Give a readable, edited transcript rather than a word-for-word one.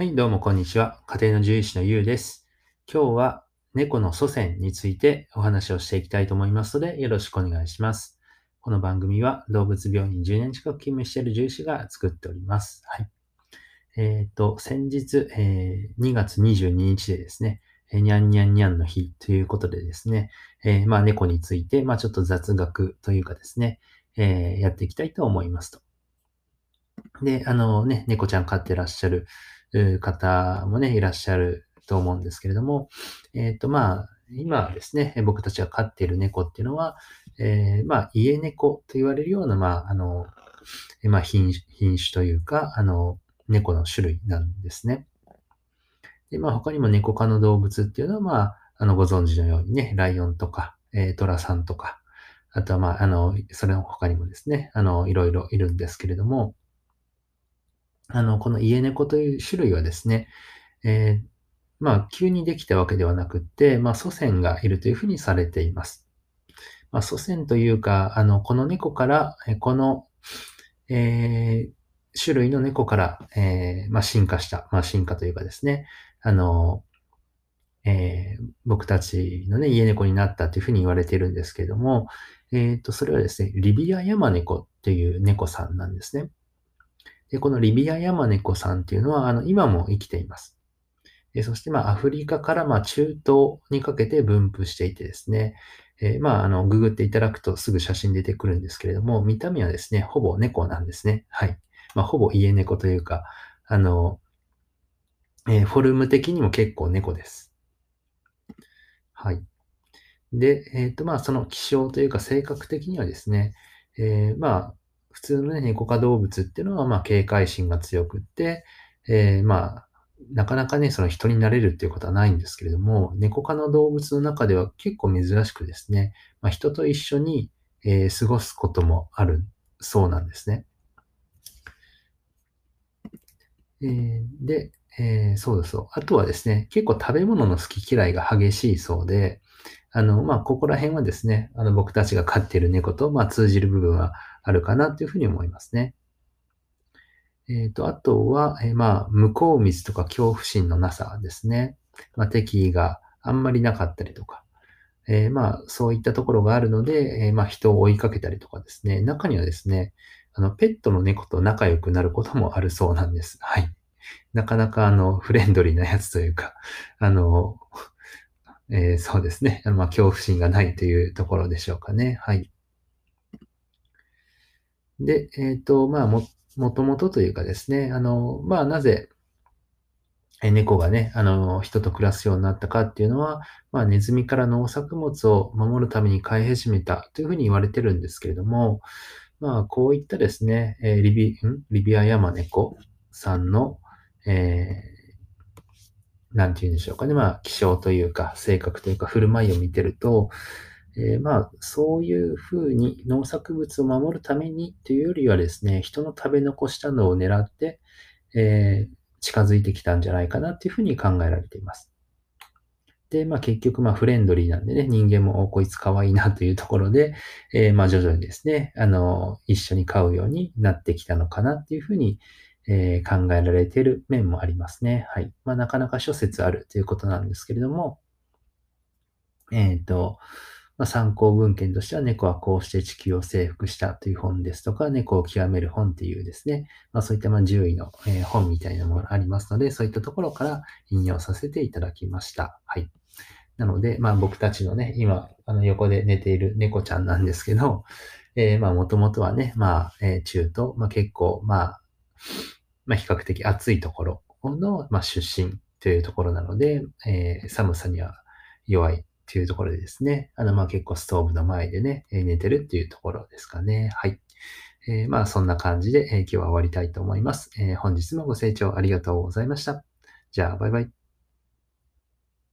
はい、どうもこんにちは。家庭の獣医師のゆうです。今日は猫の祖先についてお話をしていきたいと思いますので、よろしくお願いします。この番組は動物病院10年近く勤務している獣医師が作っております。はい。先日、2月22日でですね、にゃんにゃんにゃんの日ということでですね、猫について、ちょっと雑学というかですね、やっていきたいと思いますと。で、猫ちゃん飼ってらっしゃる方もね、いらっしゃると思うんですけれども、今ですね、僕たちが飼っている猫っていうのは、家猫と言われるような、品種というか、猫の種類なんですね。で、他にも猫科の動物っていうのは、ご存知のようにね、ライオンとか、トラさんとか、あとは、それの他にもですね、いろいろいるんですけれども、この家猫という種類はですね、急にできたわけではなくって、祖先がいるというふうにされています。祖先というか、この猫から、この、種類の猫から、進化した、進化というかですね、あの、僕たちのね、家猫になったというふうに言われているんですけれども、それはですね、リビアヤマネコっていう猫さんなんですね。で、このリビアヤマネコさんっていうのは、今も生きています。そして、アフリカから、中東にかけて分布していてですね、ググっていただくとすぐ写真出てくるんですけれども、見た目はですね、ほぼ猫なんですね。はい。ほぼ家猫というか、あの、フォルム的にも結構猫です。はい。で、その気性というか性格的にはですね、普通のね、猫科動物っていうのは、警戒心が強くって、なかなかね、その人になれるっていうことはないんですけれども、猫科の動物の中では結構珍しくですね、人と一緒に、過ごすこともあるそうなんですね。そうです。そう。あとはですね、結構食べ物の好き嫌いが激しいそうで、ここら辺はですね、僕たちが飼っている猫と、通じる部分はあるかなというふうに思いますね。あとは、向こう水とか恐怖心のなさですね。敵意があんまりなかったりとか、そういったところがあるので、人を追いかけたりとかですね、中にはですね、ペットの猫と仲良くなることもあるそうなんです。はい。なかなかフレンドリーなやつというか、あの、そうですね。恐怖心がないというところでしょうかね。はい。で、もともとというかですね、なぜ、猫がね、人と暮らすようになったかっていうのは、ネズミから農作物を守るために飼い始めたというふうに言われてるんですけれども、こういったですね、リビアヤマネコさんの、えなんて言うんでしょうかね。気性というか、性格というか、振る舞いを見てると、そういうふうに農作物を守るためにというよりはですね、人の食べ残したのを狙って、近づいてきたんじゃないかなっていうふうに考えられています。で、結局、フレンドリーなんでね、人間も、こいつ可愛いなというところで、徐々にですね、一緒に飼うようになってきたのかなっていうふうに、考えられている面もありますね。はい。なかなか諸説あるということなんですけれども、えっと、参考文献としては、猫はこうして地球を征服したという本ですとか、猫を極める本っていうですね、そういった獣医の、本みたいなものがありますので、そういったところから引用させていただきました。はい。なので、僕たちのね、今、横で寝ている猫ちゃんなんですけど、もともとはね、中東、結構、比較的暑いところの、出身というところなので、寒さには弱いというところでですね、結構ストーブの前でね、寝てるっていうところですかね。はい。そんな感じで、今日は終わりたいと思います。本日もご清聴ありがとうございました。じゃあ、バイバイ。